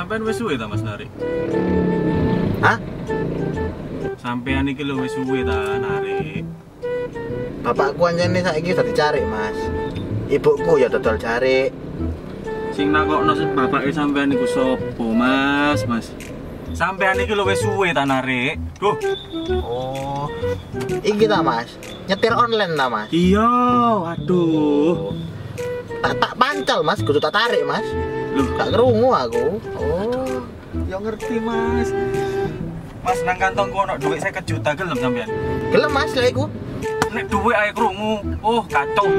Sampean wis suwe ta Mas narik? Hah? Sampean iki lho wis suwe ta narik. Bapakku anjene saiki udah dicari, Mas. Ibuku ya dodol cari. Sing nakokno bapake sampean iku sapa, Mas? Mas. Sampean iki lho wis suwe ta narik. Duh. Oh. Iki ta, Mas. Nyetir online ta, Mas. Iya, waduh. Tak pancal, Mas, kudu tak tarik, Mas. Loh, Gak kerungu aku. Oh. ya ngerti, Mas. Mas nang kantongku ono dhuwit 50 juta gelem sampean. Gelem, Mas, lek iku. Nek dhuwit ae krungu. Oh, kacau.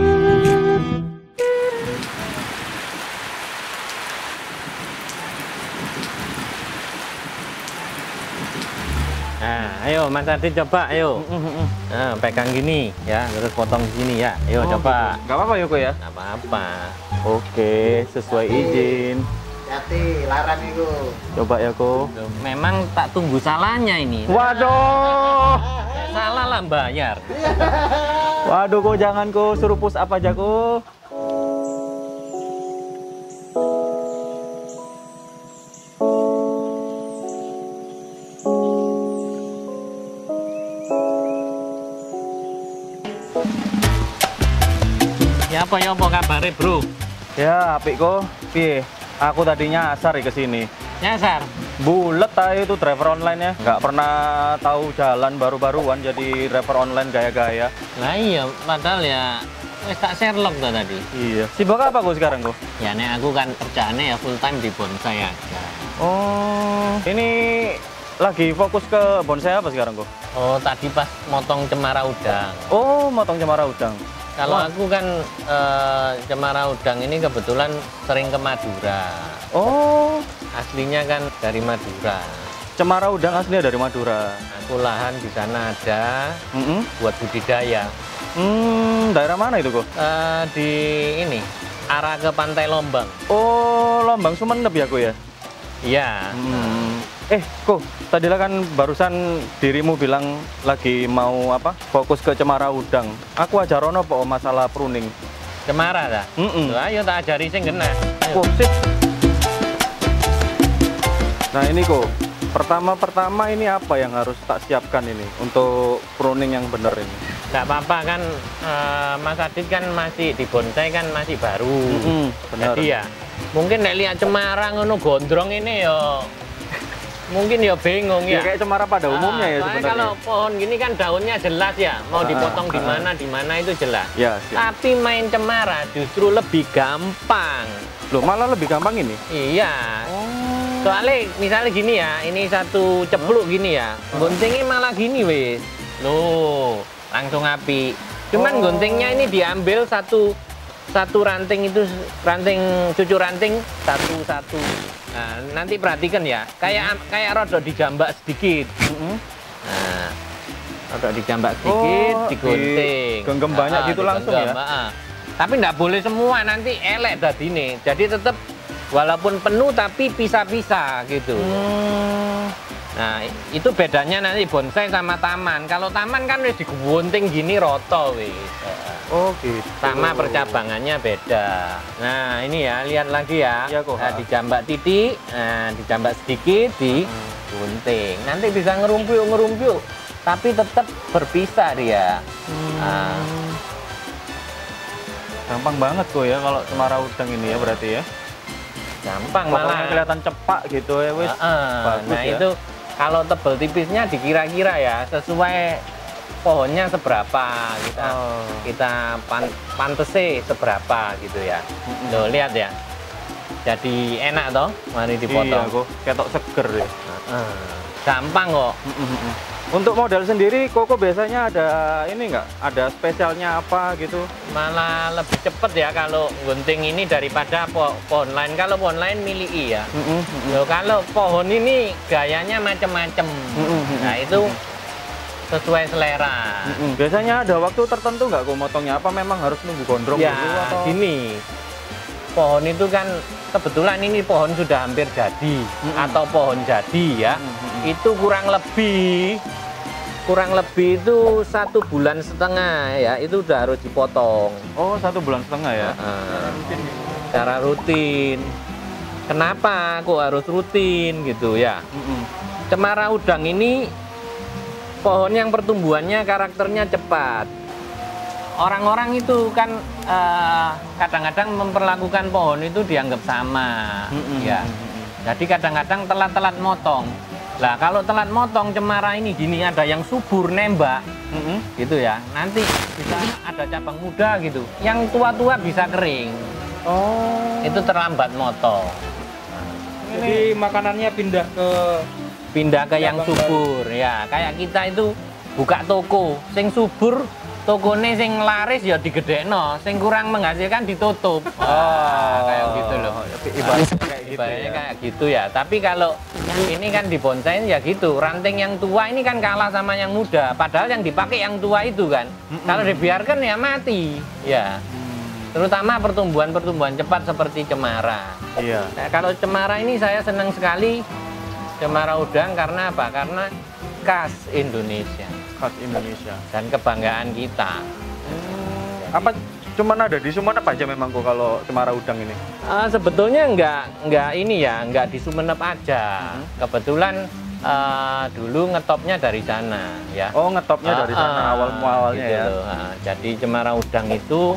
Nah, ayo Mas Adit coba, ayo. Nah, pegang gini ya, terus potong gini ya. Ayo coba. Gitu. Gak apa-apa ya, kok ya? Nggak apa-apa. Oke, sesuai izin. Hati, larang iku. Coba ya, kok. Loh, memang tak tunggu salahnya ini. Waduh. Salah lah bayar. Waduh, kok jangan kok suruh push up aja kok. Ya apa kabare, Bro? Ya, apik kok. Piye? Aku tadinya asar ke sini. Nyasar. Bulet aja itu driver online ya. Nggak pernah tahu jalan baru-baruan jadi driver online gaya-gaya. Nah iya, padahal ya wes tak Sherlock tuh tadi. Iya. Sibuk apa kok sekarang kok? Ya nek aku kan kerjaannya ya full time di bonsai aja. Oh, ini lagi fokus ke bonsai apa sekarang kok? Oh, tadi pas motong cemara udang. Oh, motong cemara udang. Kalau Wah. aku kan cemara udang ini kebetulan sering ke Madura. Oh, Aslinya kan dari Madura. cemara udang aslinya dari Madura. Aku lahan di sana ada buat budidaya. Daerah mana itu kok? Di ini arah ke Pantai Lombang. Oh, Lombang Sumeneb ya kok ya? Iya. Kok tadilah kan barusan dirimu bilang lagi mau apa? Fokus ke cemara udang. Aku ajarono po masalah pruning. Cemara dah. Tuh, ayo tak ajari sing kena. Oh, sip. Nah ini kok, pertama ini apa yang harus tak siapkan ini untuk pruning yang benar ini? Nggak apa-apa kan, Mas Adit kan masih di bonsai kan masih baru. Benar. Jadi ya, mungkin nek lihat cemara ngono gondrong ini ya, mungkin ya bingung Ya ya. kayak cemara pada umumnya ya Soalnya sebenarnya. kalau pohon gini kan daunnya jelas ya, mau dipotong di mana itu jelas. Ya, siap. Tapi main cemara justru lebih gampang. Loh, malah lebih gampang ini. Iya. Soalnya misalnya gini ya, ini satu cepluk gini ya, guntingnya malah gini wis. Loh, langsung api. Cuman guntingnya ini diambil satu ranting itu, cucu ranting satu. Nah, nanti perhatikan ya, kayak rodok dijambak sedikit. Nah, rodok dijambak sedikit, digunting. digenggam banyak gitu langsung ya? Tapi nggak boleh semua, nanti elek dadine. Jadi tetap walaupun penuh tapi pisah-pisah gitu. Nah, itu bedanya nanti bonsai sama taman. Kalau taman kan wis digunting gini roto wis. Oh gitu. Sama percabangannya beda. Nah, ini ya, lihat lagi ya. Iya, kok. Nah, dijambak titik, nah, dijambak sedikit, digunting. Nanti bisa ngerumpuk, tapi tetap berpisah dia. Nah, Gampang banget kok ya kalau cemara udang ini ya berarti ya. gampang Potongnya malah. kelihatan cepak gitu ya wis. Bagus Nah ya. itu kalau tebel tipisnya dikira-kira ya sesuai pohonnya seberapa kita pantese seberapa gitu ya. Loh lihat ya. Jadi enak toh, mari dipotong. Iya kok, ketok seger ya. Gampang kok. Untuk modal sendiri Koko biasanya ada ini nggak? Ada spesialnya apa gitu? Malah lebih cepet ya kalau gunting ini daripada pohon lain. Kalau pohon lain miliki ya. Loh, kalau pohon ini gayanya macem-macem. Nah itu sesuai selera. Biasanya ada waktu tertentu nggak kok motongnya? Apa memang harus nunggu gondrong Ya dulu atau? gini, pohon itu kan kebetulan ini pohon sudah hampir jadi atau pohon jadi ya. Itu kurang lebih itu 1,5 bulan ya, itu udah harus dipotong. Oh, 1,5 bulan ya? Secara rutin. kenapa kok harus rutin gitu ya. Cemara udang ini pohon yang pertumbuhannya karakternya cepat. Orang-orang itu kan kadang-kadang memperlakukan pohon itu dianggap sama, ya. Jadi kadang-kadang telat-telat motong. Lah kalau telat motong cemara ini gini ada yang subur nembak, gitu ya. Nanti bisa ada cabang muda gitu. Yang tua-tua bisa kering. Oh. Itu terlambat motong. Jadi makanannya Pindah ke yang subur ya. Kayak kita itu buka toko, sing subur tokone sing laris ya digedekno, sing kurang menghasilkan ditutup. Kayak gitu loh. Ibaratnya kayak gitu ya. Tapi kalau ini kan di bonsai ya gitu, ranting yang tua ini kan kalah sama yang muda. Padahal yang dipakai yang tua itu kan. Kalau dibiarkan ya mati. Ya. Terutama pertumbuhan cepat seperti cemara. Iya. Nah, kalau cemara ini saya senang sekali cemara udang karena apa? Karena khas Indonesia. Khas Indonesia. Dan kebanggaan kita. Apa cuman ada di Sumeneb aja memang kok kalau cemara udang ini? Sebetulnya nggak ini ya, nggak di Sumeneb aja. Kebetulan dulu ngetopnya dari sana ya. Oh, ngetopnya dari sana awalnya gitu ya. Loh. Jadi cemara udang itu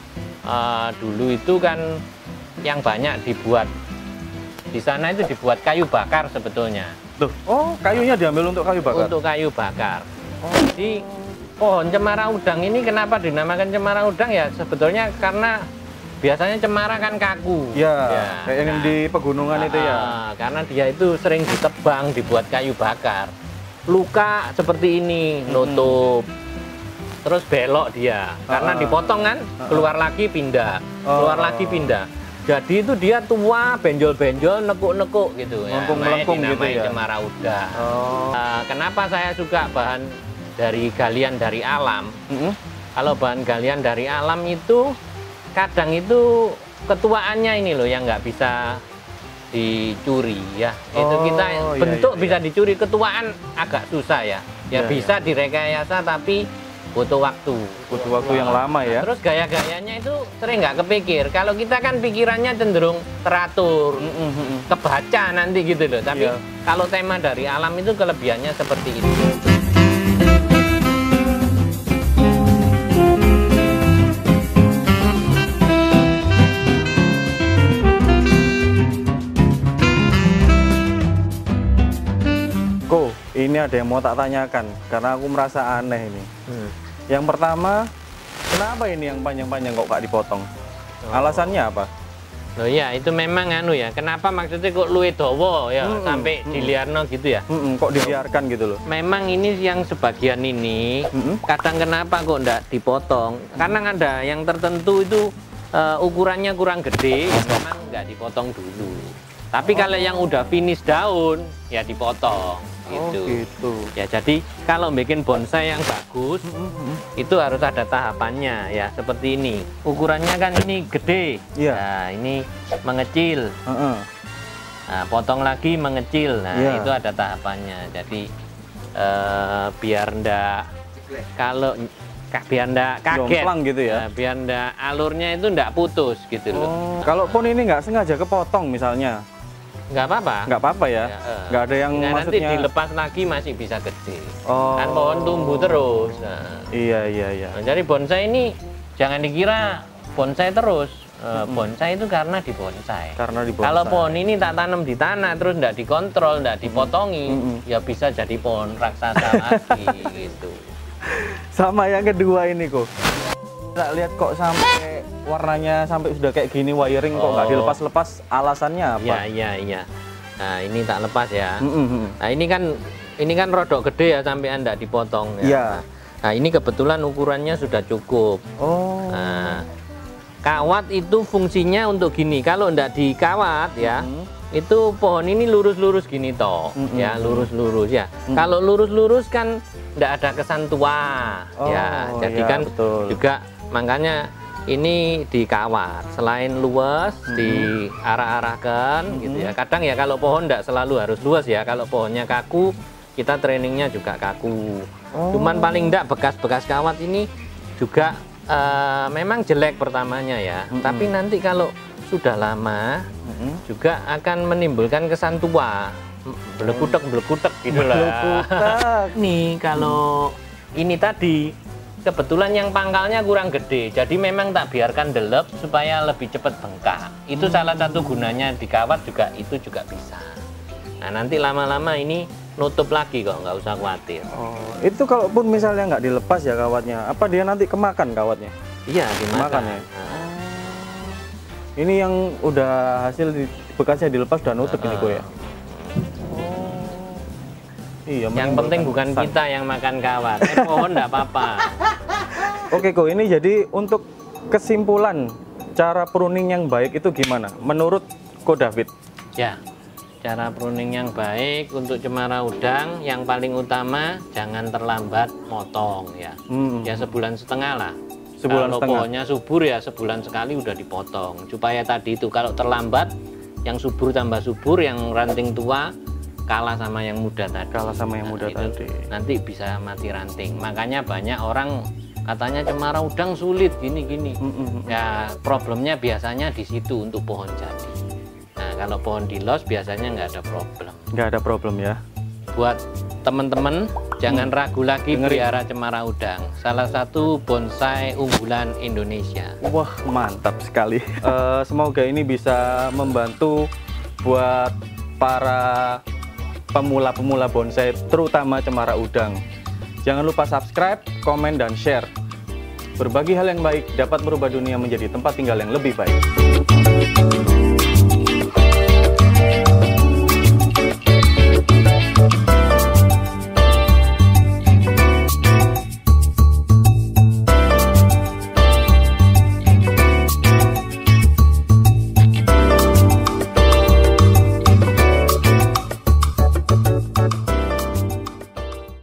dulu itu kan yang banyak dibuat di sana itu dibuat kayu bakar sebetulnya. Loh, oh kayunya diambil untuk kayu bakar? Untuk kayu bakar. Jadi pohon cemara udang ini kenapa dinamakan cemara udang ya sebetulnya karena biasanya cemara kan kaku. Ya, kayak yang di pegunungan itu ya. Karena dia itu sering ditebang dibuat kayu bakar. Luka seperti ini nutup. Terus belok dia karena dipotong kan keluar lagi pindah, keluar lagi pindah. Jadi itu dia tua, benjol-benjol, nekuk-nekuk gitu ya. Melengkung gitu ya. Cemara udang. Kenapa saya suka bahan dari galian dari alam? Kalau bahan galian dari alam itu kadang itu ketuaannya ini loh yang nggak bisa dicuri ya. Itu kita bentuk bisa dicuri, ketuaan agak susah ya. Ya bisa direkayasa tapi butuh waktu. Butuh waktu yang lama ya. Terus gaya-gayanya itu sering nggak kepikir. Kalau kita kan pikirannya cenderung teratur, kebaca nanti gitu loh. Tapi kalau tema dari alam itu kelebihannya seperti itu. Ko, ini ada yang mau tak tanyakan karena aku merasa aneh ini. Yang pertama, kenapa ini yang panjang-panjang kok gak dipotong? Alasannya apa? Loh ya, itu memang anu ya. Kenapa maksudnya kok luwe dawa ya sampai diliarno gitu ya? Kok dibiarkan gitu loh? Memang ini yang sebagian ini kadang kenapa kok ndak dipotong? Karena ada yang tertentu itu ukurannya kurang gede, memang nggak dipotong dulu. Tapi kalau yang udah finish daun ya dipotong. Gitu. Ya jadi kalau bikin bonsai yang bagus itu harus ada tahapannya ya seperti ini. Ukurannya kan ini gede. Nah, ini mengecil. Nah, potong lagi mengecil. Nah, itu ada tahapannya. Jadi biar ndak kaget gitu ya. Biar ndak alurnya itu ndak putus gitu loh. Kalaupun ini nggak sengaja kepotong misalnya, nggak apa-apa. Nggak apa-apa ya? Nggak ada yang nah, maksudnya... nanti dilepas lagi masih bisa gede. Kan pohon tumbuh terus. Nah. Iya. Nah, jadi bonsai ini jangan dikira bonsai terus. Bonsai itu karena dibonsai. Kalau pohon ini tak tanam di tanah terus nggak dikontrol, nggak dipotongi, ya bisa jadi pohon raksasa lagi gitu. Sama yang kedua ini kok. Tak lihat kok sampai warnanya sampai sudah kayak gini wiring kok nggak dilepas-lepas, alasannya apa? Iya. Nah ini tak lepas ya. Nah ini kan rodok gede ya sampai Anda dipotong ya. Nah ini kebetulan ukurannya sudah cukup. Nah, kawat itu fungsinya untuk gini. Kalau ndak dikawat ya, itu pohon ini lurus-lurus gini toh, ya lurus-lurus ya. Kalau lurus-lurus kan ndak ada kesan tua, ya. Jadi kan betul. Juga makanya ini dikawat. Selain luas, diarah-arahkan gitu ya. Kadang ya kalau pohon ndak selalu harus luas ya. Kalau pohonnya kaku, kita trainingnya juga kaku. Cuman paling ndak bekas-bekas kawat ini juga memang jelek pertamanya ya. Tapi nanti kalau sudah lama juga akan menimbulkan kesan tua, belekutek gitu lah. Nih kalau ini tadi kebetulan yang pangkalnya kurang gede, jadi memang tak biarkan delep supaya lebih cepat bengkak. Itu salah satu gunanya dikawat juga, itu juga bisa. Nah nanti lama-lama ini nutup lagi kok, nggak usah khawatir. Oh, itu kalaupun misalnya nggak dilepas ya kawatnya, apa dia nanti kemakan kawatnya? Iya, dimakan ya. Ini yang udah hasil bekasnya dilepas dan nutup ini kok ya. Iya, yang penting bukan kita yang makan kawat. Pohon enggak apa-apa. Oke, Ko, ini jadi untuk kesimpulan cara pruning yang baik itu gimana? Menurut Ko David? Ya, cara pruning yang baik untuk cemara udang yang paling utama jangan terlambat motong ya. Ya sebulan setengah lah. Sebulan kalau setengah. pohonnya subur ya sebulan sekali udah dipotong. Supaya tadi itu kalau terlambat yang subur tambah subur, yang ranting tua kalah sama yang muda tadi. Kalah sama yang muda tadi. Nanti bisa mati ranting. Makanya banyak orang katanya cemara udang sulit gini-gini. Ya problemnya biasanya di situ untuk pohon jadi. Nah kalau pohon di los biasanya nggak ada problem. Nggak ada problem ya. Buat teman-teman jangan ragu lagi pelihara cemara udang. Salah satu bonsai unggulan Indonesia. Wah mantap sekali. Semoga ini bisa membantu buat para pemula-pemula bonsai, terutama cemara udang. Jangan lupa subscribe, komen, dan share. Berbagi hal yang baik dapat merubah dunia menjadi tempat tinggal yang lebih baik.